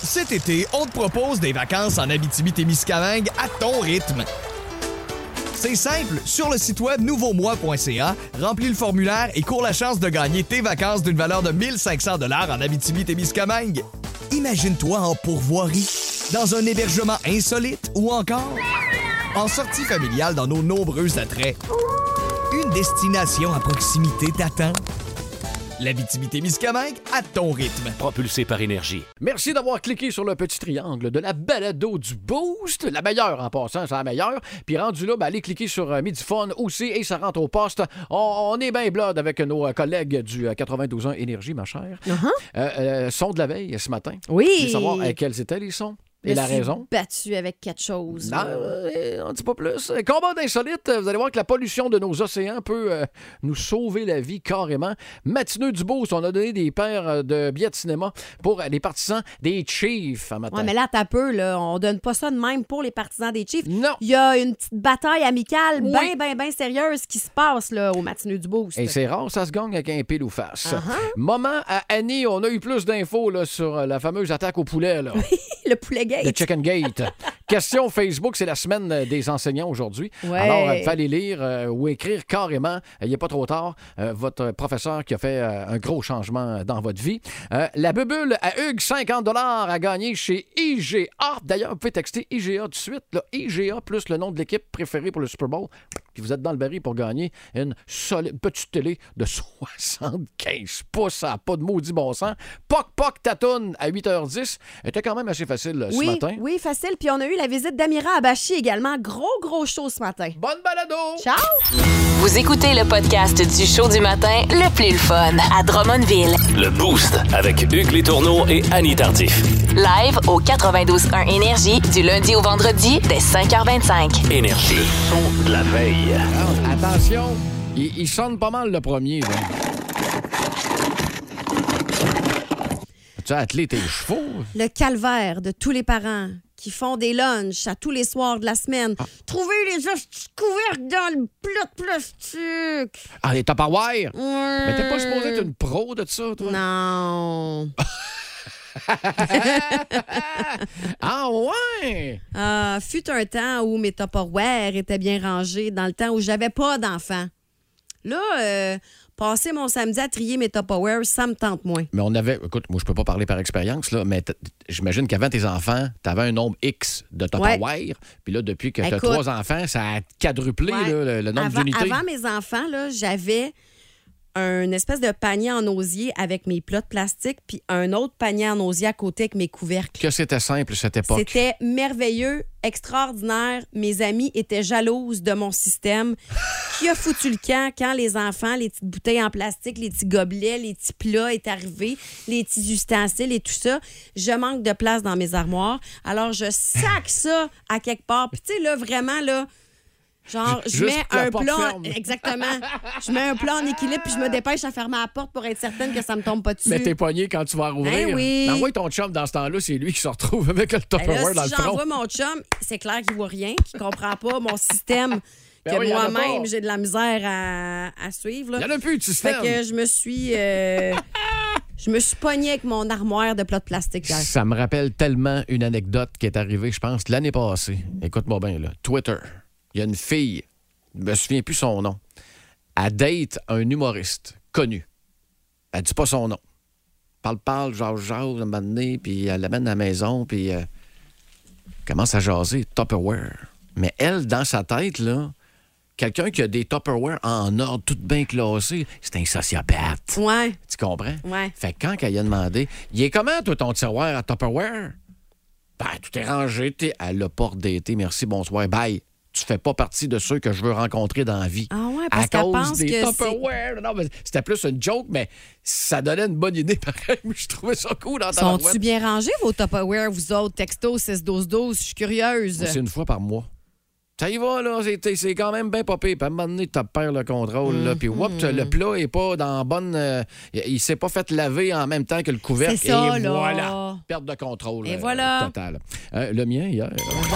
Cet été, on te propose des vacances en Abitibi-Témiscamingue à ton rythme. C'est simple, sur le site web nouveaumois.ca, remplis le formulaire et cours la chance de gagner tes vacances d'une valeur de 1 500 $ en Abitibi-Témiscamingue. Imagine-toi en pourvoirie, dans un hébergement insolite ou encore en sortie familiale dans nos nombreux attraits. Une destination à proximité t'attend. L'Abitibi-Témiscamingue à ton rythme. Propulsé par Énergie. Merci d'avoir cliqué sur le petit triangle de la balado du Boost. La meilleure en passant, c'est la meilleure. Puis rendu là, allez cliquer sur Midifone aussi et ça rentre au poste. On est bien blood avec nos collègues du 92.1 Énergie, ma chère. Son de la veille ce matin. Oui. Je veux savoir quels étaient les sons. Et la raison? Battu avec quelque chose. Non, on ne dit pas plus. Combat d'insolite, vous allez voir que la pollution de nos océans peut nous sauver la vie carrément. Matineux du Boost, on a donné des paires de billets de cinéma pour les partisans des Chiefs un matin. Ouais, mais là, t'as peu, là. On donne pas ça de même pour les partisans des Chiefs. Non. Il y a une petite bataille amicale Oui. bien sérieuse qui se passe là, au Matineux du Boost. Et c'est rare, ça se gagne avec un pile ou face. Moment à Annie, on a eu plus d'infos là, sur la fameuse attaque au poulet. Là. Le poulet gate. Le Chicken Gate. Question Facebook, c'est la semaine des enseignants aujourd'hui. Ouais. Alors, il fallait lire ou écrire carrément, il n'est pas trop tard, votre professeur qui a fait un gros changement dans votre vie. La bubule à Hugues, 50 $ à gagner chez IGA. D'ailleurs, vous pouvez texter IGA tout de suite. Là, IGA plus le nom de l'équipe préférée pour le Super Bowl. Puis vous êtes dans le baril pour gagner une solide petite télé de 75 pouces. Ça n'a pas de maudit bon sens. Poc Tatoune à 8h10. Était quand même assez facile ce matin. Oui, facile. Puis on a eu la visite d'Amira Abachi également. Gros show ce matin. Bonne balado! Ciao! Vous écoutez le podcast du show du matin le plus fun à Drummondville. Le Boost avec Hugues Létourneau et Annie Tardif. Live au 92.1 Énergie du lundi au vendredi dès 5h25. Énergie. Le son de la veille. Alors, attention, il sonne pas mal le premier. Là. As-tu attelé tes chevaux? Le calvaire de tous les parents qui font des lunchs à tous les soirs de la semaine. Trouvez les hosties couvercles dans le plat de plastique. Ah, les Tupperware? Mais t'es pas supposé être une pro de ça, toi? Non. Ah ouais! Fut un temps où mes Tupperware étaient bien rangés, dans le temps où j'avais pas d'enfants. Là, passer mon samedi à trier mes Tupperware, ça me tente moins. Mais on avait... Écoute, moi, je peux pas parler par expérience, là, mais j'imagine qu'avant tes enfants, t'avais un nombre X de Tupperware. Puis là, depuis que t'as 3 enfants, ça a quadruplé là, le nombre d'unités. Avant mes enfants, là, j'avais un espèce de panier en osier avec mes plats de plastique, puis un autre panier en osier à côté avec mes couvercles. Que c'était simple, cette époque. C'était merveilleux, extraordinaire. Mes amies étaient jalouses de mon système. Qui a foutu le camp quand les enfants, les petites bouteilles en plastique, les petits gobelets, les petits plats est arrivé, les petits ustensiles et tout ça. Je manque de place dans mes armoires. Alors, je sac ça à quelque part. Puis, tu sais, là, vraiment, là... Genre, je mets un plat... Exactement. Je mets un plat en équilibre puis je me dépêche à fermer la porte pour être certaine que ça me tombe pas dessus. Mais t'es pogné quand tu vas rouvrir. Ben oui. Envoie ton chum dans ce temps-là, c'est lui qui se retrouve avec le Tupperware dans le si front. j'envoie mon chum, c'est clair qu'il voit rien, qu'il comprend pas mon système, que oui, moi-même, j'ai de la misère à suivre. Il y en a plus de système. Fait que je me suis... Je me suis pognée avec mon armoire de plats de plastique hier. Ça me rappelle tellement une anecdote qui est arrivée, je pense, l'année passée. Écoute-moi bien, là. Twitter. Il y a une fille, je me souviens plus son nom. Elle date un humoriste connu. Elle dit pas son nom. Parle, jase, à un moment donné, puis elle l'amène à la maison, puis commence à jaser Tupperware. Mais elle, dans sa tête, là, quelqu'un qui a des Tupperware en ordre, tout bien classé, c'est un sociopathe. Ouais. Tu comprends? Ouais. Fait que quand elle a demandé, il est comment, toi, ton tiroir à Tupperware? Ben, tout est rangé, elle l'a pas redété, merci, bonsoir, bye. Tu fais pas partie de ceux que je veux rencontrer dans la vie. Ah ouais, parce à qu'elle cause pense des que Tupperware. Non, mais c'était plus une joke, mais ça donnait une bonne idée pareil. Je trouvais ça cool dans ta Sont-tu bien rangés, vos Tupperware, vous autres? Texto 6-12-12, je suis curieuse. C'est une fois par mois. Ça y va, là, c'est quand même bien popé. Puis à un moment donné, tu perds le contrôle, là. Puis le plat est pas dans bonne... il s'est pas fait laver en même temps que le couvercle. C'est ça, et là. voilà, perte de contrôle. Et voilà. Total. Le mien, hier...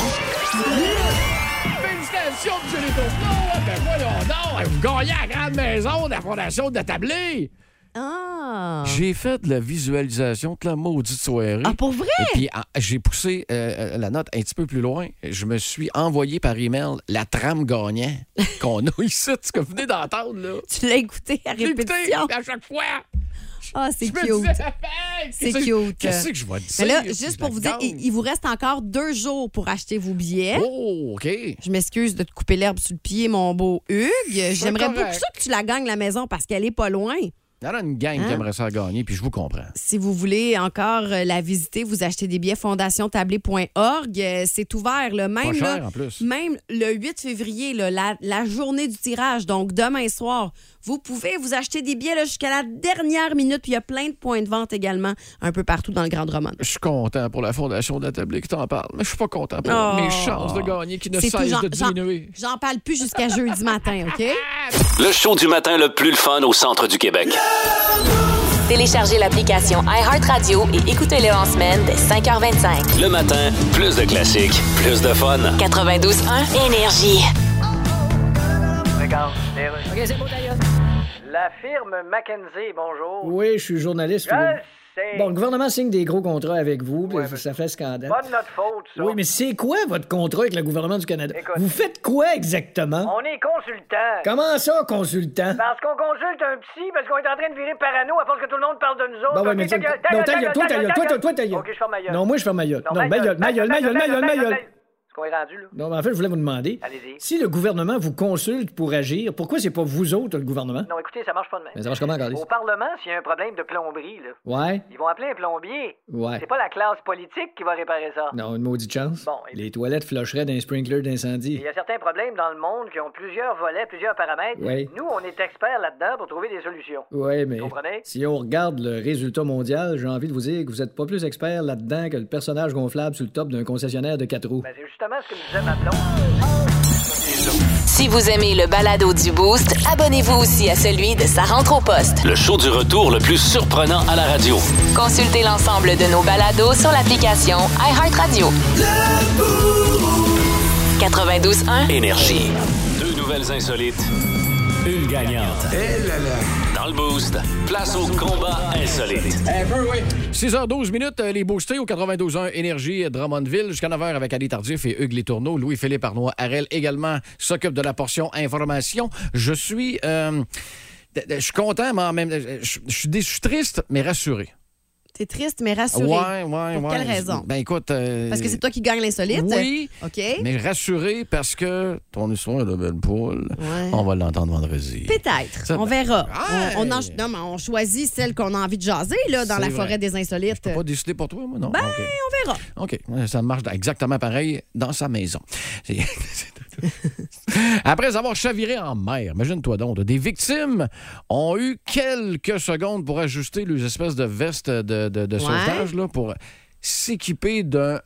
Félicitations, M. Létourneau! Ben voyons donc! Vous gagnez à la grande maison de la Fondation de Tablé! Ah! J'ai fait de la visualisation de la maudite soirée. Ah, pour vrai? Et puis, j'ai poussé la note un petit peu plus loin. Je me suis envoyé par email la trame gagnant qu'on a ici, ce que vous venez d'entendre, là. Tu l'as écouté à Je l'ai écouté répétition? à chaque fois. Ah, c'est Je me cute. disais, hey, C'est qu'est-ce- cute. Qu'est-ce que je vais dire? Mais là, si juste je pour la vous dire, gagne? il vous reste encore 2 jours pour acheter vos billets. Oh, OK. Je m'excuse de te couper l'herbe sous le pied, mon beau Hugues. J'aimerais correct. beaucoup ça que tu la gagnes la maison parce qu'elle est pas loin. Il y en a une gang qui aimerait ça gagner, puis je vous comprends. Si vous voulez encore la visiter, vous achetez des billets fondationtablé.org. C'est ouvert, là, Pas même, cher, là, en plus. même le 8 février, là, la journée du tirage, donc demain soir. Vous pouvez vous acheter des billets là, jusqu'à la dernière minute. Puis il y a plein de points de vente également un peu partout dans le Grand Drummond. Je suis content pour la Fondation de la Tablée qui t'en parle, mais je suis pas content pour Oh. mes chances de gagner qui ne C'est tout, cessent de diminuer. J'en parle plus jusqu'à jeudi matin, OK? Le show du matin le plus le fun au centre du Québec. Téléchargez l'application iHeartRadio et écoutez-le en semaine dès 5h25. Le matin, plus de classiques, plus de fun. 92.1 Énergie. Regarde, OK, c'est beau d'ailleurs. La firme McKenzie, bonjour. Oui, je suis journaliste. Je sais. Bon, le gouvernement signe des gros contrats avec vous, puis Ouais, ça fait scandale. Pas de notre faute, ça. Oui, mais c'est quoi votre contrat avec le gouvernement du Canada? Écoute. Vous faites quoi exactement? On est consultant. Comment ça, consultant? Parce qu'on consulte un psy, parce qu'on est en train de virer parano à force que tout le monde parle de nous autres. Ben ouais, OK, mais ta gueule, non, ta gueule, toi, ta gueule. OK, je ferme ma gueule. Non, moi, je ferme ma gueule. Non, ma ma gueule. Ce qu'on est rendu, là. Non, mais en fait, je voulais vous demander, Allez-y. si le gouvernement vous consulte pour agir, pourquoi c'est pas vous autres, le gouvernement? Non, écoutez, ça marche pas de même. Mais ça marche comment, Carlis? Au Parlement, s'il y a un problème de plomberie, là, Ouais, ils vont appeler un plombier. ouais. C'est pas la classe politique qui va réparer ça. Non, une maudite chance. Bon, et- Les toilettes flusheraient d'un sprinkler d'incendie. Il y a certains problèmes dans le monde qui ont plusieurs volets, plusieurs paramètres. Oui. Nous, on est experts là-dedans pour trouver des solutions. Oui, mais Vous comprenez? si on regarde le résultat mondial, j'ai envie de vous dire que vous êtes pas plus expert là-dedans que le personnage gonflable sur le top d'un concessionnaire de 4 roues. Ben, c'est justement ce que nous disait ma blonde. Si vous aimez le balado du Boost, abonnez-vous aussi à celui de Sa rentre au poste. Le show du retour le plus surprenant à la radio. Consultez l'ensemble de nos balados sur l'application iHeartRadio. 92.1 Énergie. Deux nouvelles insolites. Une gagnante. Dans le Boost, place au combat insolite. 6h12 minutes, les boostés au 92.1 Énergie Drummondville jusqu'à 9h avec Ali Tardif et Hugues Létourneau. Louis-Philippe Arnois-Harel également s'occupe de la portion information. Je suis content, mais en même temps, je suis triste, mais rassuré. T'es triste, mais rassuré. Ouais. Pour quelle raison? Ben écoute... Parce que c'est toi qui gagne l'insolite? Oui, OK. mais rassuré parce que ton histoire de belle poule, Ouais. on va l'entendre vendredi. Peut-être. Ça- On verra. Hey! Non, mais on choisit celle qu'on a envie de jaser là, dans C'est la vrai. forêt des insolites. Pas décidé pour toi, moi, non? Ben, OK. on verra. OK. Ça marche exactement pareil dans sa maison. Après avoir chaviré en mer, imagine-toi donc, des victimes ont eu quelques secondes pour ajuster les espèces de vestes de sauvetage là, pour s'équiper d'un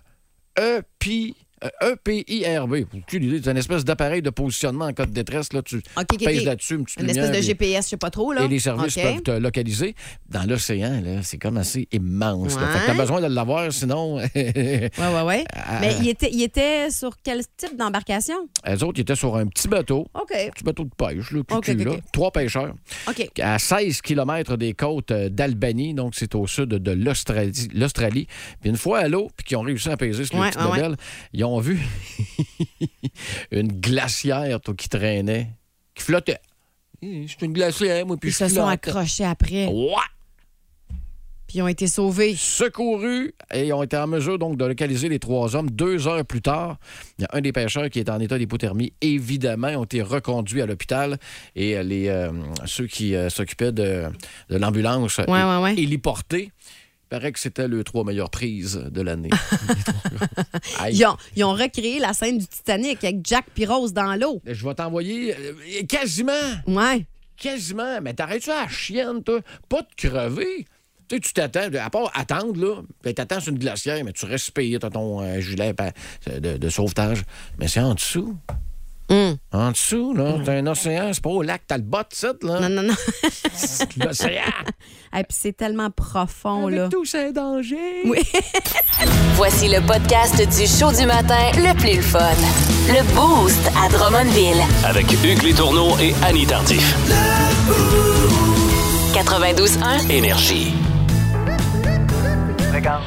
EPIRB. Aucune idée, c'est une espèce d'appareil de positionnement en cas de détresse. Là, tu OK. pèses là-dessus, une petite Une espèce lumière, de puis- GPS, je sais pas trop. Là. et les services OK. peuvent te localiser. Dans l'océan, là, c'est comme assez immense. là. Ouais. Fait que t'as besoin de l'avoir, sinon... Ouais. Mais il était sur quel type d'embarcation? Les autres, ils étaient sur un petit bateau. OK. Petit bateau de pêche, là, OK. là. 3 pêcheurs, OK. à 16 km des côtes d'Albanie, donc c'est au sud de l'Australie. Puis une fois à l'eau, puis qu'ils ont réussi à apaiser ce Ouais, petit ouais, modèle, ils ont vu une glacière toi, qui traînait, qui flottait. C'est une glacière, moi, puis Ils je se sont flotte. accrochés après. Ouais! Puis ils ont été sauvés. Secourus et ils ont été en mesure donc de localiser les 3 hommes. 2 heures plus tard, il y a un des pêcheurs qui est en état d'hypothermie. Évidemment, ils ont été reconduits à l'hôpital et ceux qui s'occupaient de l'ambulance Ouais. héliportée, il paraît que c'était les 3 meilleures prises de l'année. Aïe. Ils ont recréé la scène du Titanic avec Jack puis Rose dans l'eau. Je vais t'envoyer quasiment, mais t'arrêtes-tu à la chienne, toi? Pas de crever. Tu sais, tu t'attends, à part attendre, là, puis t'attends sur une glacière, mais tu respires, t'as ton gilet de sauvetage. Mais c'est en dessous. En dessous, là, t'as un océan, c'est pas au lac, t'as le bas de site, là. Non. C'est l'océan. Et puis c'est tellement profond, Avec là. tous ces dangers. Oui. Voici le podcast du show du matin le plus le fun. Le Boost à Drummondville. Avec Hugues Létourneau et Annie Tardif. 92.1 Énergie. Regarde,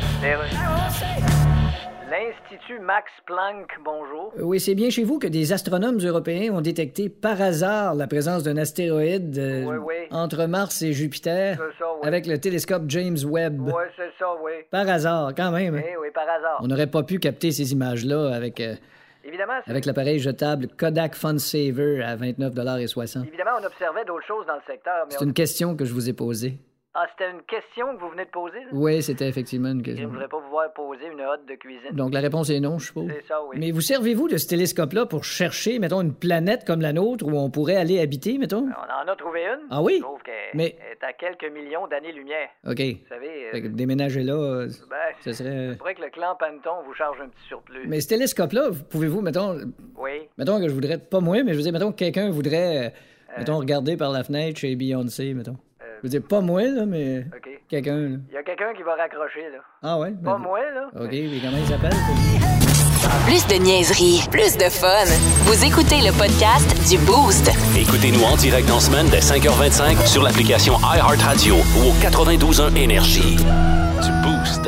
l'Institut Max Planck, bonjour. Oui, c'est bien chez vous que des astronomes européens ont détecté par hasard la présence d'un astéroïde Oui. entre Mars et Jupiter C'est ça, oui. avec le télescope James Webb. Oui, c'est ça, oui. Par hasard, quand même. Hein? Oui, par hasard. On n'aurait pas pu capter ces images-là avec Évidemment, l'appareil jetable Kodak FunSaver à 29,60 $. Évidemment, on observait d'autres choses dans le secteur, mais C'est une question que je vous ai posée. Ah, c'était une question que vous venez de poser, là? Oui, c'était effectivement une Je question. ne voudrais pas vous voir poser une hotte de cuisine. Donc la réponse est non, je suppose. C'est ça, oui. Mais vous servez-vous de ce télescope-là pour chercher, mettons, une planète comme la nôtre où on pourrait aller habiter, mettons? On en a trouvé une. Ah oui? Je trouve qu'elle Mais- est à quelques millions d'années-lumière. OK. Vous savez, Fait que déménager là, ben, ce serait... il faudrait que le clan Panton vous charge un petit surplus. Mais ce télescope-là, pouvez-vous, mettons Oui. que je voudrais, pas moi, mais je veux dire, mettons que quelqu'un voudrait, mettons, regarder par la fenêtre chez Beyoncé, mettons. Je veux dire, pas moi, là, mais OK. quelqu'un, là. Il y a quelqu'un qui va raccrocher, là. Ah ouais? Pas moi, là. OK, mais comment il s'appelle? Plus de niaiserie, plus de fun. Vous écoutez le podcast du Boost. Écoutez-nous en direct en semaine dès 5h25 sur l'application iHeartRadio ou au 92.1 Énergie. Du Boost.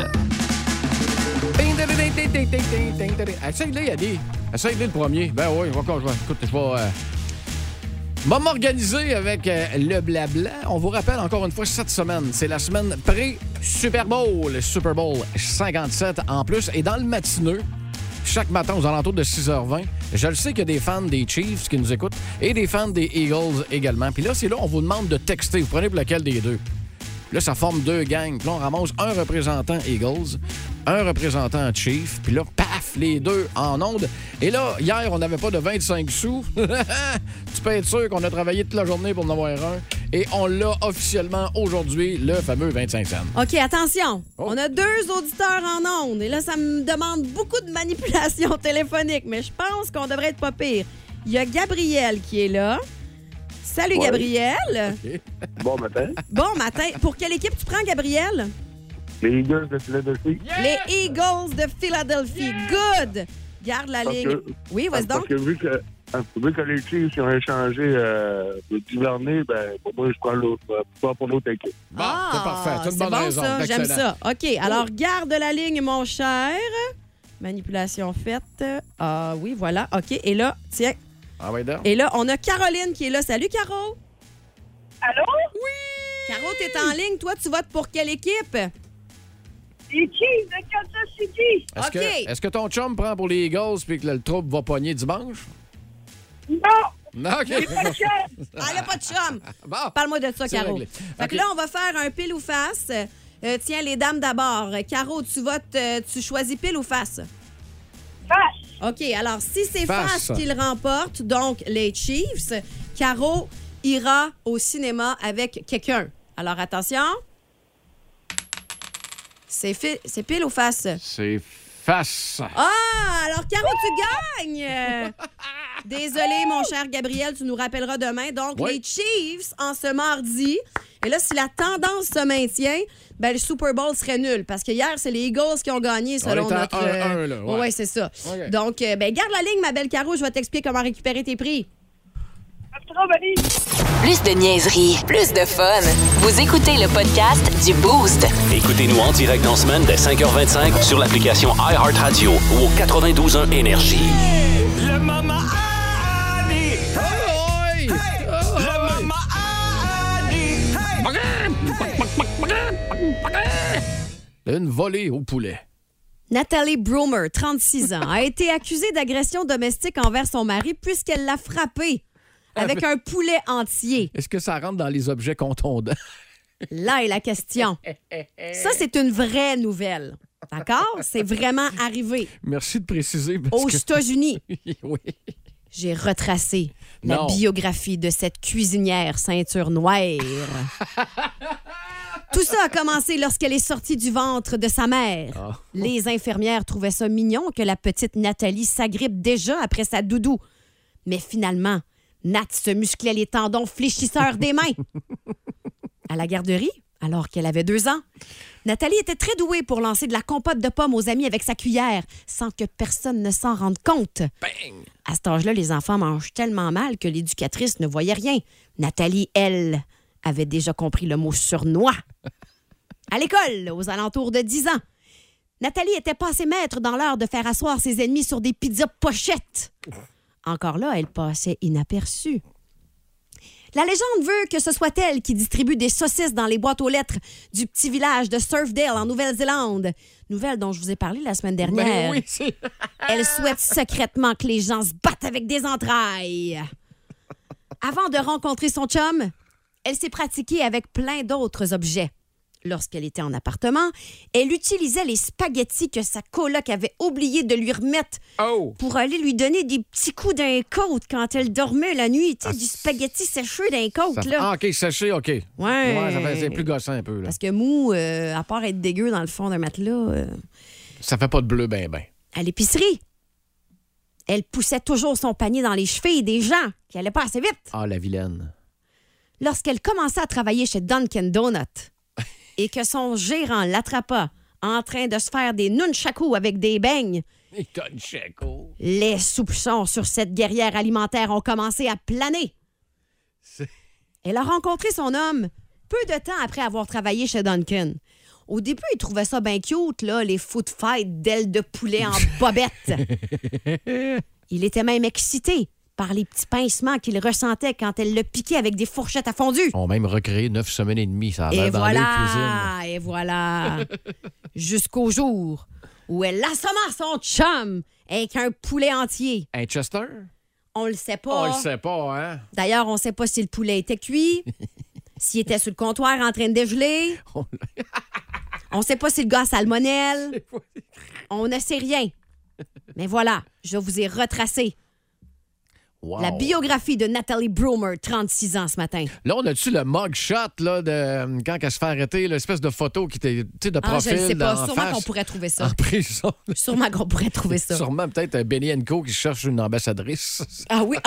Essaye-le, Yannick. Essaye-le le premier. Ben oui, écoute, je vais... m'organiser avec le blabla. On vous rappelle encore une fois, cette semaine, c'est la semaine pré-Super Bowl, le Super Bowl 57 en plus. Et dans le matineux, chaque matin aux alentours de 6h20, je le sais qu'il y a des fans des Chiefs qui nous écoutent et des fans des Eagles également. Puis là, c'est là on vous demande de texter. Vous prenez pour lequel des deux. Puis là, ça forme deux gangs. Puis là, on ramasse un représentant Eagles, un représentant Chiefs. Puis là, paf, les deux en onde. Et là, hier, on n'avait pas de 25 sous. Tu peux être sûr qu'on a travaillé toute la journée pour en avoir un. Et on l'a officiellement aujourd'hui, le fameux 25 cents. OK, attention. Oh. On a 2 auditeurs en ondes. Et là, ça me demande beaucoup de manipulation téléphonique, mais je pense qu'on devrait être pas pire. Il y a Gabriel qui est là. Salut, Gabriel. Bon matin. Bon matin. Pour quelle équipe tu prends, Gabriel? Les Eagles de Philadelphie. Les Eagles de Philadelphie. Good. Garde la Parce ligne. que- Oui, vas-y donc. Parce que vu que les Chiefs ont échangé d'hiverner, ben, pour moi, je prends pour l'autre équipe. Bon, c'est parfait. C'est une bonne bon, raison. ça. J'aime Excellent. ça. OK, alors garde la ligne, mon cher. Manipulation faite. Ah oui, voilà. OK, et là, tiens. Ah ouais, donc. Et là, on a Caroline qui est là. Salut, Caro. Allô? Caro, t'es en ligne. Toi, tu votes pour quelle équipe? Les Chiefs de Kansas City. Est-ce que ton chum prend pour les Eagles puis que le trouble va pogner dimanche? Non! Non, OK. J'ai pas de chance. Ah, elle a pas de chum. Bon. Parle-moi de ça, C'est Caro. réglé. Fait que OK. là, on va faire un pile ou face. Tiens, les dames d'abord. Caro, tu votes, tu choisis pile ou face? Face. OK, alors si c'est Face. face qu'il remporte, donc les Chiefs, Caro ira au cinéma avec quelqu'un. Alors attention. C'est pile ou face? C'est face. Ah, alors Caro, tu gagnes! Désolé, mon cher Gabriel, tu nous rappelleras demain. Donc, Oui. les Chiefs en ce mardi. Et là, si la tendance se maintient, ben, le Super Bowl serait nul. Parce que hier, c'est les Eagles qui ont gagné selon On est à notre... 1-1, là, ouais. Ouais, c'est ça. OK. Donc, ben, garde la ligne, ma belle Caro. Je vais t'expliquer comment récupérer tes prix. Trop Valérie. Plus de niaiserie, plus de fun. Vous écoutez le podcast du Boost. Écoutez-nous en direct en semaine dès 5h25 sur l'application iHeartRadio ou au 92.1 Énergie. Le Mama Annie! Hey! Le Mama Annie! Une volée au poulet. Nathalie Broomer, 36 ans, a été accusée d'agression domestique envers son mari puisqu'elle l'a frappé avec un poulet entier. Est-ce que ça rentre dans les objets contondants? Là est la question. Ça, c'est une vraie nouvelle. D'accord? C'est vraiment arrivé Merci de préciser. Parce aux que... États-Unis. Oui. J'ai retracé la Non. biographie de cette cuisinière ceinture noire. Tout ça a commencé lorsqu'elle est sortie du ventre de sa mère. Ah. Les infirmières trouvaient ça mignon que la petite Nathalie s'agrippe déjà après sa doudou. Mais finalement, Nat se musclait les tendons fléchisseurs des mains. À la garderie, alors qu'elle avait 2 ans, Nathalie était très douée pour lancer de la compote de pommes aux amis avec sa cuillère, sans que personne ne s'en rende compte. Bang! À cet âge-là, les enfants mangent tellement mal que l'éducatrice ne voyait rien. Nathalie, elle, avait déjà compris le mot surnois. À l'école, aux alentours de 10 ans, Nathalie était passée maître dans l'art de faire asseoir ses ennemis sur des pizzas pochettes. Encore là, elle passait inaperçue. La légende veut que ce soit elle qui distribue des saucisses dans les boîtes aux lettres du petit village de Surfdale en Nouvelle-Zélande. Nouvelle dont je vous ai parlé la semaine dernière. Ben oui, Elle souhaite secrètement que les gens se battent avec des entrailles. Avant de rencontrer son chum, elle s'est pratiquée avec plein d'autres objets. Lorsqu'elle était en appartement, elle utilisait les spaghettis que sa coloc avait oublié de lui remettre pour aller lui donner des petits coups d'un côte quand elle dormait la nuit. Tu sais, du spaghetti séché d'un côte, là. Ah, OK, séché, OK. Ouais. C'est plus gossant un peu, là. Parce que mou, à part être dégueu dans le fond d'un matelas... Ça fait pas de bleu, ben. À l'épicerie, elle poussait toujours son panier dans les chevilles des gens qui allaient pas assez vite. Ah, la vilaine. Lorsqu'elle commençait à travailler chez Dunkin' Donuts et que son gérant l'attrapa en train de se faire des nunchakus avec des beignes, les soupçons sur cette guerrière alimentaire ont commencé à planer. Elle a rencontré son homme peu de temps après avoir travaillé chez Dunkin'. Au début, il trouvait ça bien cute, là, les food fights d'ailes de poulet en bobette. Il était même excité par les petits pincements qu'il ressentait quand elle le piquait avec des fourchettes à fondu. On a même recréé 9 semaines et demie, ça a l'air dans les cuisines. Et voilà. Jusqu'au jour où elle assomma son chum avec un poulet entier. Un Chester? On le sait pas. On le sait pas, hein? D'ailleurs, on sait pas si le poulet était cuit, s'il était sur le comptoir en train de dégeler. On sait pas si le gars a salmonelle. On ne sait rien. Mais voilà, je vous ai retracé la biographie de Nathalie Broomer, 36 ans ce matin. Là, on a-tu le mugshot là, de quand elle se fait arrêter, l'espèce de photo qui était de profil? Je ne sais pas. Sûrement face, qu'on pourrait trouver ça. En prison. Sûrement qu'on pourrait trouver ça. Sûrement peut-être Benny & Co qui cherche une ambassadrice. Ah oui?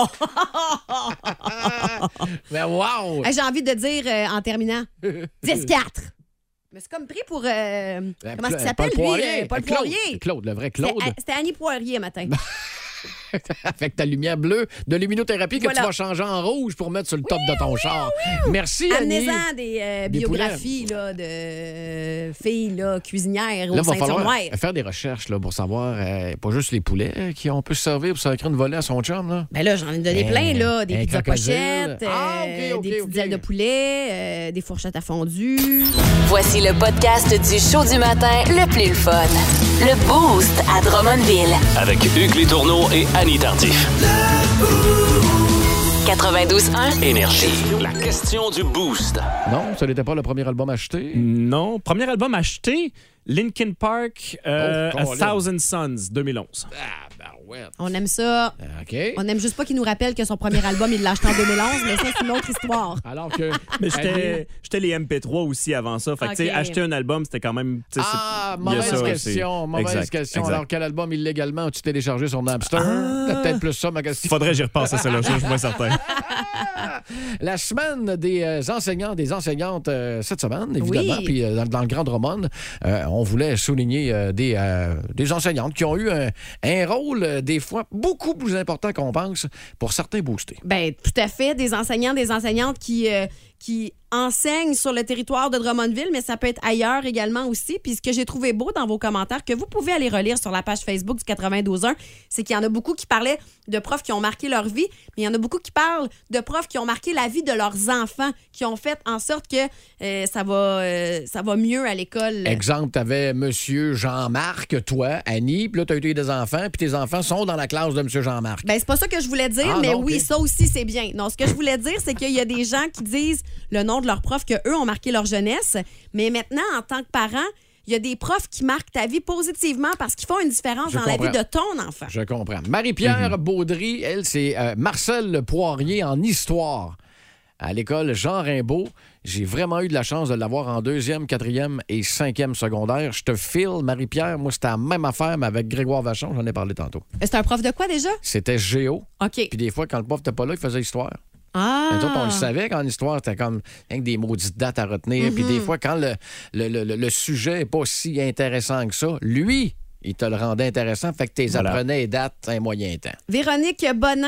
Mais wow! J'ai envie de dire, en terminant, 10-4. Mais c'est comme pris pour... comment est-ce qu'il s'appelle, lui? Paul Poirier. Claude, le vrai Claude. C'était Annie Poirier, matin. Avec ta lumière bleue de luminothérapie que tu vas changer en rouge pour mettre sur le top de ton char. Merci, Annie. Amenez-en des biographies là, de filles là, cuisinières au Saint-Noir. Faire des recherches là, pour savoir, pas juste les poulets qui on peut se servir pour sacrer une volée à son chum. Là. Ben là, j'en ai donné plein, là. Des pizzas pochettes, des petites ailes de poulet, des fourchettes à fondu. Voici le podcast du show du matin le plus le fun. Le Boost à Drummondville. Avec Hugues Létourneau et Annie Tardif. 92.1 Énergie. La question du Boost. Non, ce n'était pas le premier album acheté. Non, premier album acheté, Linkin Park, A Thousand Suns, 2011. On aime ça. Okay. On aime juste pas qu'il nous rappelle que son premier album, il l'a acheté en 2011, mais ça, c'est une autre histoire. Alors que... Mais j'étais les MP3 aussi avant ça. Fait que, tu sais, acheter un album, c'était quand même... Mauvaise question. Exact. Alors, quel album illégalement as-tu téléchargé sur Napster? C'est peut-être plus ça, ma question. Faudrait que j'y repasse à celle-là, je suis moins certain. La semaine des enseignants, des enseignantes cette semaine, évidemment. Puis dans le Grand Drummond, on voulait souligner des enseignantes qui ont eu un rôle des fois beaucoup plus important qu'on pense pour certains boostés. Bien, tout à fait. Des enseignants, des enseignantes qui enseignent sur le territoire de Drummondville, mais ça peut être ailleurs également aussi. Puis ce que j'ai trouvé beau dans vos commentaires, que vous pouvez aller relire sur la page Facebook du 92.1, c'est qu'il y en a beaucoup qui parlaient de profs qui ont marqué leur vie, mais il y en a beaucoup qui parlent de profs qui ont marqué la vie de leurs enfants, qui ont fait en sorte que ça va mieux à l'école. Exemple, t'avais Monsieur Jean-Marc, toi, Annie, puis là, t'as eu des enfants, puis tes enfants sont dans la classe de Monsieur Jean-Marc. Ben c'est pas ça que je voulais dire, mais non, oui, ça aussi, c'est bien. Non, ce que je voulais dire, c'est qu'il y a des gens qui disent le nom de leurs profs qu'eux ont marqué leur jeunesse, mais maintenant, en tant que parent, il y a des profs qui marquent ta vie positivement parce qu'ils font une différence dans la vie de ton enfant. Je comprends. Marie-Pierre Baudry, elle, c'est Marcel Poirier en histoire. À l'école Jean Rimbaud, j'ai vraiment eu de la chance de l'avoir en 2e, 4e et 5e secondaire. Je te file, Marie-Pierre, moi, c'était la même affaire, mais avec Grégoire Vachon, j'en ai parlé tantôt. C'est un prof de quoi déjà? C'était géo. OK. Puis des fois, quand le prof n'était pas là, il faisait histoire. Ah! Nous autres, on le savait qu'en histoire, c'était comme des maudites dates à retenir. Puis des fois, quand le sujet n'est pas si intéressant que ça, lui, il te le rendait intéressant, fait que tu apprenais les dates un moyen temps. Véronique Bonin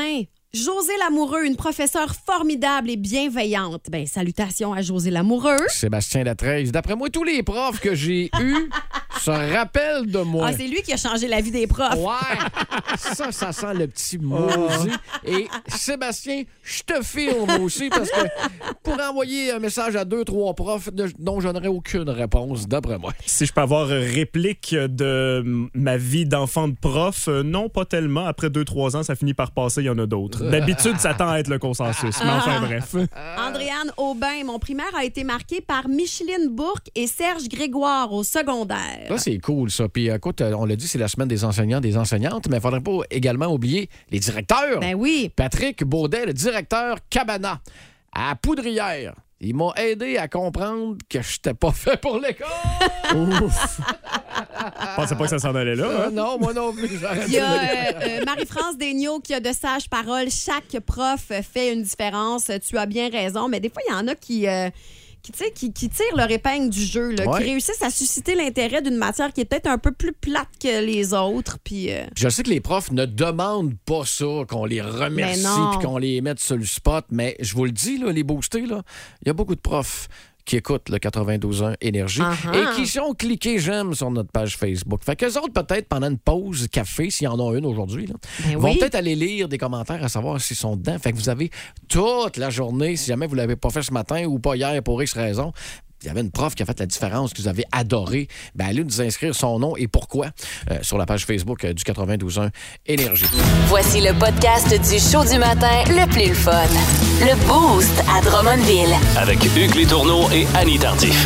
José Lamoureux, une professeure formidable et bienveillante. Ben, salutations à José Lamoureux. Sébastien Latreille. D'après moi, tous les profs que j'ai eus se rappellent de moi. Ah, c'est lui qui a changé la vie des profs. Ouais. Ça sent le petit maudit. Et Sébastien, je te filme aussi parce que pour envoyer un message à 2-3 profs dont je n'aurai aucune réponse, d'après moi. Si je peux avoir réplique de ma vie d'enfant de prof, non, pas tellement. Après 2-3 ans, ça finit par passer, il y en a d'autres. D'habitude, ça tend à être le consensus. Mais enfin, bref. Andréane Aubin, mon primaire a été marqué par Micheline Bourque et Serge Grégoire au secondaire. Ça, c'est cool, ça. Puis, écoute, on l'a dit, c'est la semaine des enseignants, des enseignantes, mais il ne faudrait pas également oublier les directeurs. Ben oui. Patrick Baudet, le directeur Cabana, à Poudrière. Il m'a aidé à comprendre que je n'étais pas fait pour l'école. Ouf! Je pensais pas que ça s'en allait là. Hein? Non, moi non plus. Il y a Marie-France Daigneault qui a de sages paroles. Chaque prof fait une différence. Tu as bien raison. Mais des fois, il y en a qui tirent leur épingle du jeu, là, qui réussissent à susciter l'intérêt d'une matière qui est peut-être un peu plus plate que les autres. Puis, je sais que les profs ne demandent pas ça, qu'on les remercie puis qu'on les mette sur le spot, mais je vous le dis, là, les boostés, il y a beaucoup de profs qui écoutent le 92.1 Énergie et qui sont cliqués j'aime sur notre page Facebook. Fait qu'eux autres, peut-être, pendant une pause café, s'il y en a une aujourd'hui, là, vont peut-être aller lire des commentaires à savoir s'ils sont dedans. Fait que vous avez toute la journée, si jamais vous ne l'avez pas fait ce matin ou pas hier pour X raison, il y avait une prof qui a fait la différence, que vous avez adoré. Ben, allez nous inscrire son nom et pourquoi sur la page Facebook du 92.1 Énergie. Voici le podcast du show du matin le plus fun. Le Boost à Drummondville. Avec Hugues Létourneau et Annie Tardif.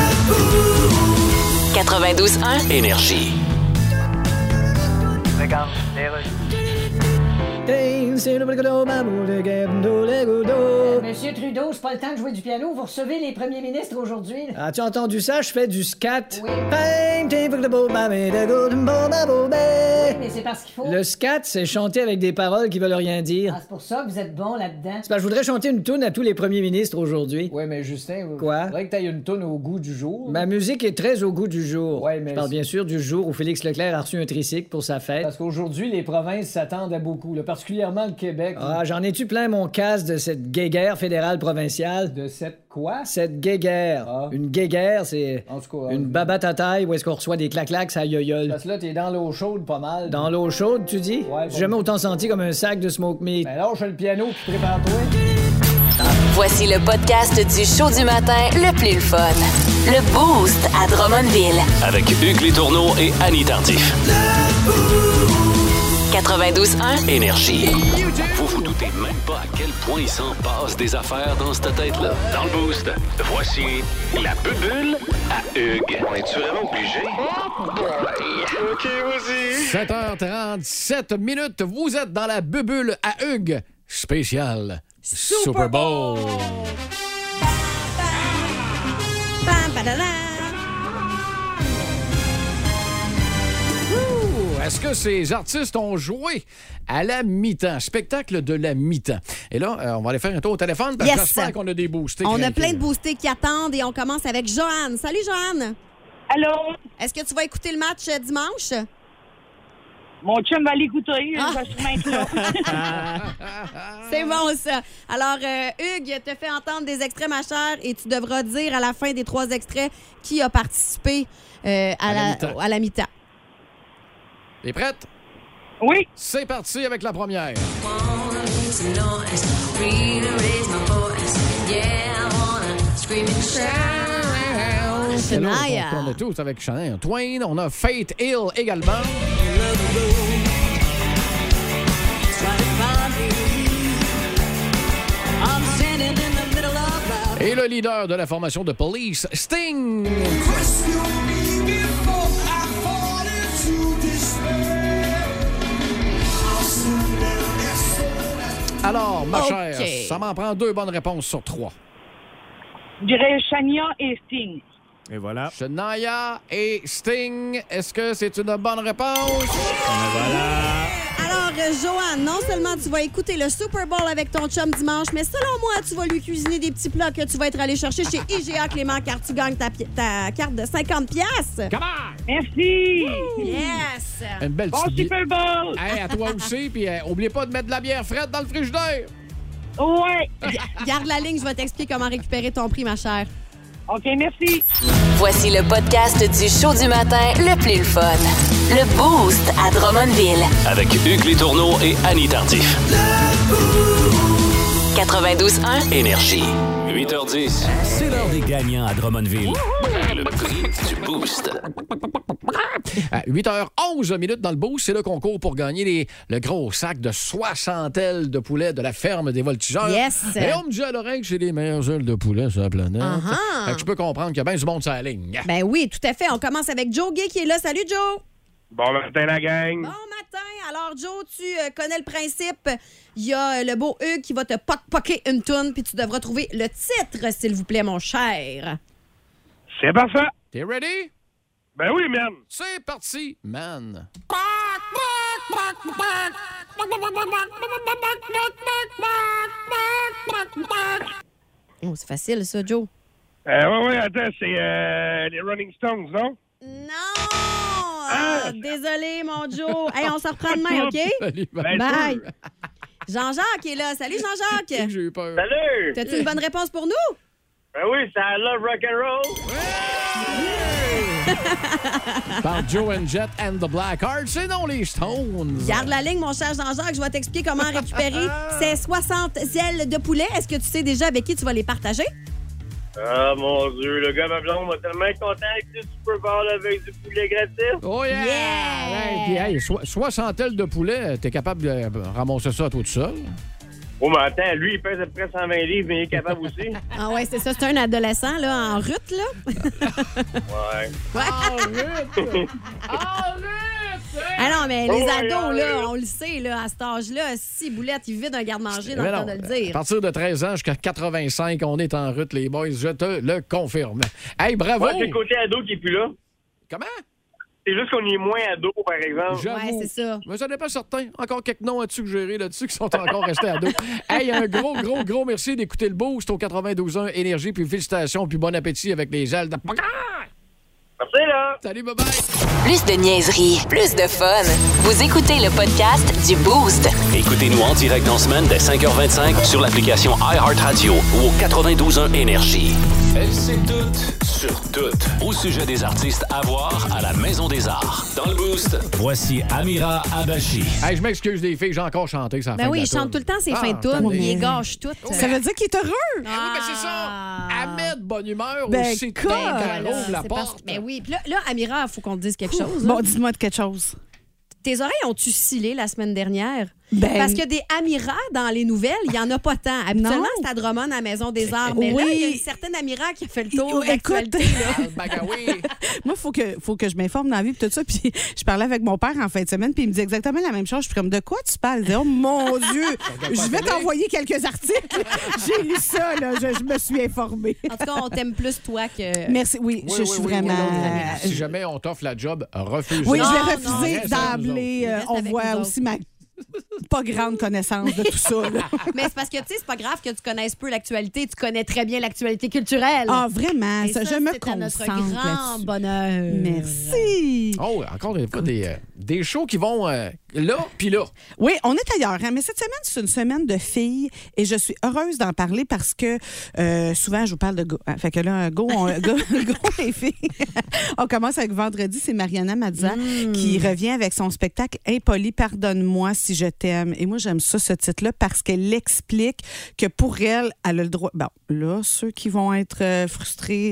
92.1 Énergie. Regarde, les rues. Monsieur Trudeau, c'est pas le temps de jouer du piano. Vous recevez les premiers ministres aujourd'hui. As-tu entendu ça? Je fais du scat. Oui. Mais c'est parce qu'il faut. Le scat, c'est chanter avec des paroles qui veulent rien dire. Ah, c'est pour ça que vous êtes bon là-dedans. C'est parce que je voudrais chanter une toune à tous les premiers ministres aujourd'hui. Oui, mais Justin, quoi? Faudrait que t'ailles une toune au goût du jour. Ma musique est très au goût du jour. Ouais, mais je parle bien sûr du jour où Félix Leclerc a reçu un tricycle pour sa fête. Parce qu'aujourd'hui, les provinces s'attendent à beaucoup, là, particulièrement le Québec. Ah, j'en ai-tu plein mon casque de cette guéguerre fédérale provinciale? De cette quoi? Cette guéguerre. Ah. Une guéguerre, c'est en tout cas, une babate à taille où est-ce qu'on reçoit des clac-clacs à yoyole. Parce que là, t'es dans l'eau chaude pas mal. Dans l'eau chaude, tu dis? Ouais. J'ai jamais autant senti comme un sac de smoke meat. Ben lâche le piano puis prépare-toi. Voici le podcast du show du matin le plus fun. Le Boost à Drummondville. Avec Hugues Létourneau et Annie Tardif. 92.1 Énergie. Vous vous doutez même pas à quel point il s'en passe des affaires dans cette tête-là. Dans le Boost, voici la bubule à Hugues. On est-tu vraiment obligé? OK, vas-y. 7h37 minutes, vous êtes dans la bubule à Hugues spécial Super Bowl. Est-ce que ces artistes ont joué à la mi-temps? Spectacle de la mi-temps. Et là, on va aller faire un tour au téléphone parce que j'espère qu'on a des boostés. On a plein de boostés qui attendent et on commence avec Joanne. Salut, Joanne. Allô? Est-ce que tu vas écouter le match dimanche? Mon chum va l'écouter. Je vais sûrement être là. C'est bon, ça. Alors, Hugues te fait entendre des extraits, ma chère, et tu devras dire à la fin des 3 extraits qui a participé à la mi-temps. T'es prête? Oui. C'est parti avec la première. Shania. On a tous avec Shania Twain. On a Faith Hill également. Et le leader de la formation de Police, Sting. Alors, ma chère, ça m'en prend 2 bonnes réponses sur 3. Je dirais Shania et Sting. Et voilà. Shania et Sting. Est-ce que c'est une bonne réponse? Et voilà. Alors, Joanne, non seulement tu vas écouter le Super Bowl avec ton chum dimanche, mais selon moi, tu vas lui cuisiner des petits plats que tu vas être allé chercher chez IGA Clément, car tu gagnes ta carte de 50$. Come on! Merci! Yes! Une belle Bon petite Super Bowl! Hey, à toi aussi, puis oubliez pas de mettre de la bière frette dans le frigidaire. Ouais! Garde la ligne, je vais t'expliquer comment récupérer ton prix, ma chère. OK, merci. Voici le podcast du show du matin le plus fun. Le Boost à Drummondville. Avec Hugues Létourneau et Annie Tardif. 92.1 Énergie. 8h10. C'est l'heure des gagnants à Drummondville. Le prix du Boost. 8h11 dans le Boost, c'est le concours pour gagner le gros sac de 60 ailes de poulet de la ferme des Voltigeurs. Yes! Et on me dit à l'oreille que c'est les meilleures ailes de poulet sur la planète. Fait que je peux comprendre qu'il y a bien du monde sur la ligne. Ben oui, tout à fait. On commence avec Joe Gay qui est là. Salut, Joe! Bon matin, la gang. Bon matin. Alors, Joe, tu connais le principe. Il y a le beau Hugues qui va te pocker une toune, puis tu devras trouver le titre, s'il vous plaît, mon cher. C'est parfait. T'es ready? Ben oui, man. C'est parti, man. Oh, c'est facile, ça, Joe. Ouais, attends, c'est les Rolling Stones, non? Non! Désolé, mon Joe. Hey, on se reprend demain, OK? Salut, Bye. Jean-Jacques est là. Salut, Jean-Jacques. J'ai eu peur. Salut! T'as-tu une bonne réponse pour nous? Ben oui, c'est I Love Rock'n'Roll. Par Joe and Jet and the Blackhearts, c'est non les Stones. Garde la ligne, mon cher Jean-Jacques. Je vais t'expliquer comment récupérer ces 60 ailes de poulet. Est-ce que tu sais déjà avec qui tu vas les partager? Ah, mon Dieu, le gars, ma blonde va tellement être content avec du Super Bowl avec du poulet gratis. Oh yeah! Hey, puis, 60 ailes de poulet, t'es capable de ramasser ça toi tout seul? Oh, mais attends, lui, il pèse à peu près 120 livres, mais il est capable aussi. Ah ouais, c'est ça. C'est un adolescent, là, en rut, là. Ouais. En rut! Ah non, mais les ados, ouais. là, on le sait, là, à cet âge-là, si Boulette, il vide un garde-manger dans le temps de le dire. À partir de 13 ans jusqu'à 85, on est en route, les boys. Je te le confirme. Hey, bravo! Ouais, c'est le côté ado qui est plus là. Comment? C'est juste qu'on est moins ado, par exemple. J'avoue. Ouais, c'est ça. Mais ça n'est pas certain. Encore quelques noms à suggérer là-dessus qui sont encore restés à dos. Hey, un gros merci d'écouter le Boost au 92.1 Énergie, puis félicitations, puis bon appétit avec les ailes de... Merci, là. Salut, bye-bye. Plus de niaiserie, plus de fun. Vous écoutez le podcast du Boost. Écoutez-nous en direct en semaine dès 5h25 sur l'application iHeartRadio ou au 92.1 Énergie. Elle sait tout sur tout. Au sujet des artistes à voir à la Maison des Arts. Dans le Boost, voici Amira Abachi. Hey, je m'excuse les filles, j'ai encore chanté ça. Ben oui, il chante tout le temps ses fins de tourne. Il les gâche toutes. Ça veut dire qu'il est heureux. Ben oui, mais c'est ça. Ahmed, bonne humeur, Ben, aussi quoi? quand Voilà, ouvre la c'est porte. Ben oui. Puis là, Amira, il faut qu'on te dise quelque chose. Bon, dis-moi de quelque chose. Tes oreilles ont-tu scellé la semaine dernière? Ben... Parce que des Amira dans les nouvelles, il n'y en a pas tant. Habituellement, Non. c'est à Drummond, à la Maison des Arts. Mais Oui. là, il y a une certaine Amira qui a fait le tour. Écoute, Bagawi. moi, il faut que je m'informe dans la vie et tout ça. Puis je parlais avec mon père en fin de semaine, puis il me dit exactement la même chose. Je suis comme, de quoi tu parles? Je dis, oh mon Dieu, je vais t'envoyer quelques articles. J'ai lu ça, là. Je me suis informée. En tout cas, on t'aime plus, toi, que... Merci, oui, je suis vraiment... Si jamais on t'offre la job, refuse. Oui, je Non, l'ai non, refusé reste d'emblée. Reste On avec voit nous aussi ma pas grande connaissance de tout ça. Là. Mais c'est parce que, tu sais, c'est pas grave que tu connaisses peu l'actualité. Tu connais très bien l'actualité culturelle. Ah, vraiment, Et ça, je me c'est à notre concentre grand là-dessus. bonheur. Merci. Oh, encore des fois, des shows qui vont là, puis là. Oui, on est ailleurs, hein, mais cette semaine, c'est une semaine de filles et je suis heureuse d'en parler parce que souvent, je vous parle de go. Fait que là, go les filles. On commence avec vendredi, c'est Mariana Mazza qui revient avec son spectacle Impoli, pardonne-moi si je t'aime. Et moi, j'aime ça, ce titre-là, parce qu'elle explique que pour elle, elle a le droit... Bon, là, ceux qui vont être frustrés,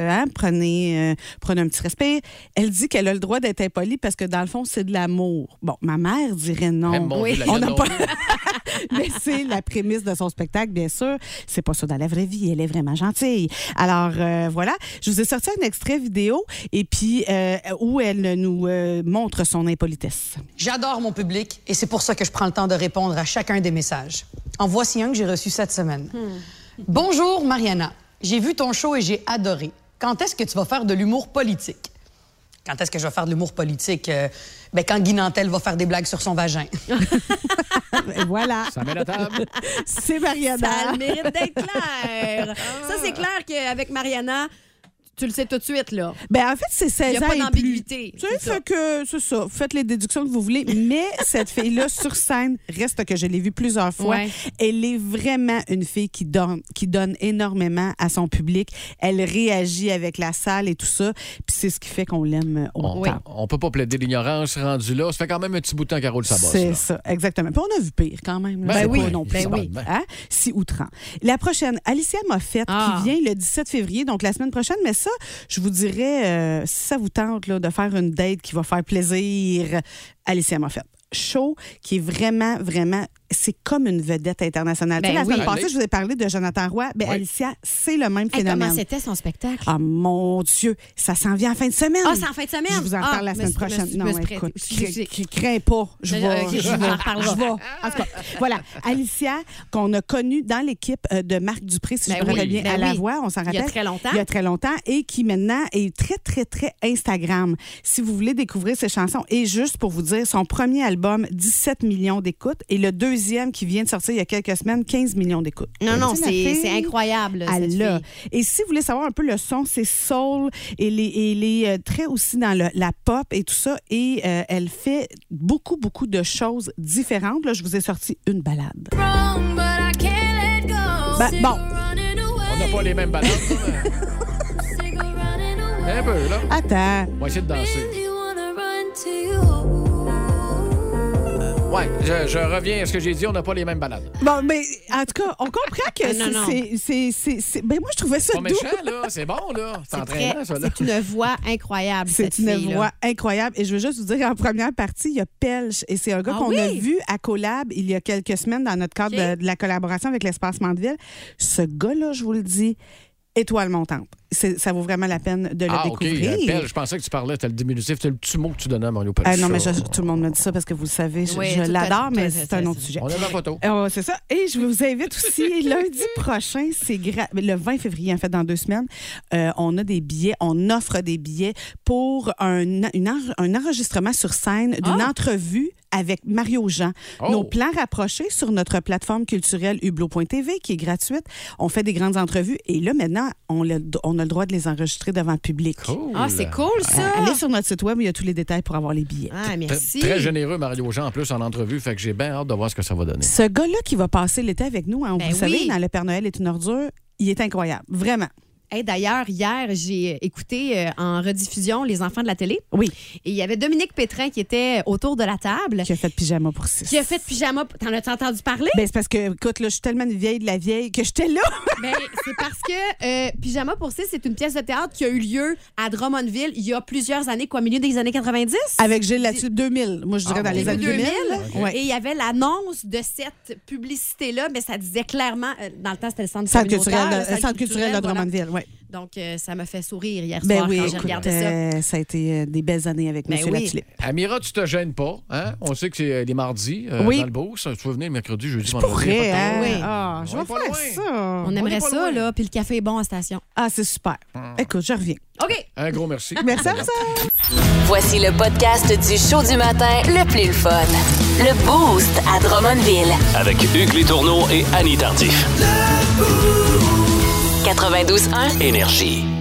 prenez un petit respect. Elle dit qu'elle a le droit d'être impolie parce que, dans le fond, c'est de l'amour. Bon, ma mère dirait non. Oui. On n'a pas... Mais c'est la prémisse de son spectacle, bien sûr. C'est pas ça dans la vraie vie. Elle est vraiment gentille. Alors, voilà. Je vous ai sorti un extrait vidéo et puis où elle nous montre son impolitesse. J'adore mon public et c'est pour ça que je prends le temps de répondre à chacun des messages. En voici un que j'ai reçu cette semaine. Bonjour, Mariana. J'ai vu ton show et j'ai adoré. Quand est-ce que tu vas faire de l'humour politique? Quand est-ce que je vais faire de l'humour politique? Quand Guy Nantel va faire des blagues sur son vagin. Et voilà. Ça met la table. C'est Mariana. Ça a le mérite d'être clair. Ça, c'est clair qu'avec Mariana, Tu le sais tout de suite, là. Ben en fait, c'est 16 ans. Il n'y a pas et d'ambiguïté. plus. Tu sais, fait que c'est ça. Faites les déductions que vous voulez. Mais cette fille-là, sur scène, reste que je l'ai vue plusieurs fois. Ouais. Elle est vraiment une fille qui donne énormément à son public. Elle réagit avec la salle et tout ça. Puis c'est ce qui fait qu'on l'aime autant. On peut pas plaider l'ignorance rendu là. Ça fait quand même un petit bout de temps qu'Arole Sabosse. C'est ça, exactement. Puis on a vu pire quand même. Ben oui, pas non plus. ben oui. Hein? Si outrant. La prochaine, Alicia Moffett, qui vient le 17 février, donc la semaine prochaine. Mais ça, je vous dirais, si ça vous tente là, de faire une date qui va faire plaisir, Alicia Moffett. Show qui est vraiment, vraiment, c'est comme une vedette internationale. Ben la semaine oui. passée, je vous ai parlé de Jonathan Roy. Ben, Alicia, c'est le même Hey, phénomène. comment c'était son spectacle? Ah, mon Dieu, ça s'en vient en fin de semaine. Ah, c'est en fin de semaine? Je vous en parle la semaine prochaine. Non, écoute, crains pas. Je vais. OK, on en reparlera. Je vais. En tout cas, voilà. Alicia, qu'on a connue dans l'équipe de Marc Dupré, si je me rappelle bien, à La Voix, on s'en rappelle. Il y a très longtemps. Il y a très longtemps et qui maintenant est très, très, très Instagram. Si vous voulez découvrir ses chansons, et juste pour vous dire, son premier album, 17 millions d'écoutes, et le deuxième qui vient de sortir il y a quelques semaines, 15 millions d'écoutes. Non, c'est incroyable, cette fille. Et si vous voulez savoir un peu le son, c'est soul, et il est très aussi dans la pop et tout ça, et elle fait beaucoup, beaucoup de choses différentes. Là, je vous ai sorti une balade. Bon. On n'a pas les mêmes balades. Un peu, là. Attends. On va essayer de danser. Ouais, je reviens à ce que j'ai dit, on n'a pas les mêmes balades. Bon, mais en tout cas, on comprend que c'est... Ben moi, je trouvais ça pas doux. méchant, là. C'est bon, là. C'est entraînant, ça, là. C'est une voix incroyable, cette C'est une fille-là. voix incroyable. Et je veux juste vous dire, en première partie, il y a Pelch. Et c'est un gars qu'on a vu à Collab il y a quelques semaines dans notre cadre de la collaboration avec l'Espace Mandeville. Ce gars-là, je vous le dis, étoile montante. Ça vaut vraiment la peine de le découvrir. OK. Je pensais que tu parlais, c'était le diminutif, c'était le petit mot que tu donnais à Mario Pelch. Non, mais tout le monde me dit ça parce que vous le savez, je l'adore, mais c'est un autre sujet. On a la photo. C'est ça. Et je vous invite aussi, lundi prochain, c'est le 20 février, en fait, dans 2 semaines, on a des billets, on offre des billets pour un enregistrement sur scène d'une entrevue avec Mario Jean. Nos plans rapprochés sur notre plateforme culturelle hublot.tv qui est gratuite. On fait des grandes entrevues et là, maintenant, on a le droit de les enregistrer devant le public. Cool. Ah, c'est cool, ça! Allez sur notre site web, il y a tous les détails pour avoir les billets. Ah, merci. Très généreux, Mario Jean, en plus, en entrevue, fait que j'ai bien hâte de voir ce que ça va donner. Ce gars-là qui va passer l'été avec nous, vous savez, dans Le Père Noël est une ordure, il est incroyable, vraiment. Hey, d'ailleurs, hier, j'ai écouté en rediffusion Les Enfants de la télé. Oui. Et il y avait Dominique Pétrin qui était autour de la table. Qui a fait Pyjama pour 6. Qui a fait Pyjama. T'en as-tu entendu parler? Ben, c'est parce que, écoute, là, je suis tellement une vieille de la vieille que j'étais là. Ben, c'est parce que Pyjama pour 6, c'est une pièce de théâtre qui a eu lieu à Drummondville il y a plusieurs années, au milieu des années 90. Avec Gilles Latulippe, 2000. Moi, je dirais dans les années 2000. Okay. Et il y avait l'annonce de cette publicité-là, mais ça disait clairement, dans le temps, c'était le centre culturel de Drummondville. Oui. Donc, ça m'a fait sourire hier soir quand j'ai regardé ça. Ça a été des belles années avec M. Latulippe. Amira, tu te gênes pas. Hein? On sait que c'est les mardis dans le Beauce. Tu veux venir mercredi, jeudi, vendredi. Pourrais, hein? Oui. Je vais faire ça. On aimerait ça, là. Puis le café est bon en station. Ah, c'est super. Écoute, je reviens. OK. Un gros merci. Merci à vous. Voici le podcast du show du matin le plus le fun. Le Boost à Drummondville. Avec Hugues Létourneau et Annie Tardif. 92.1 Énergie.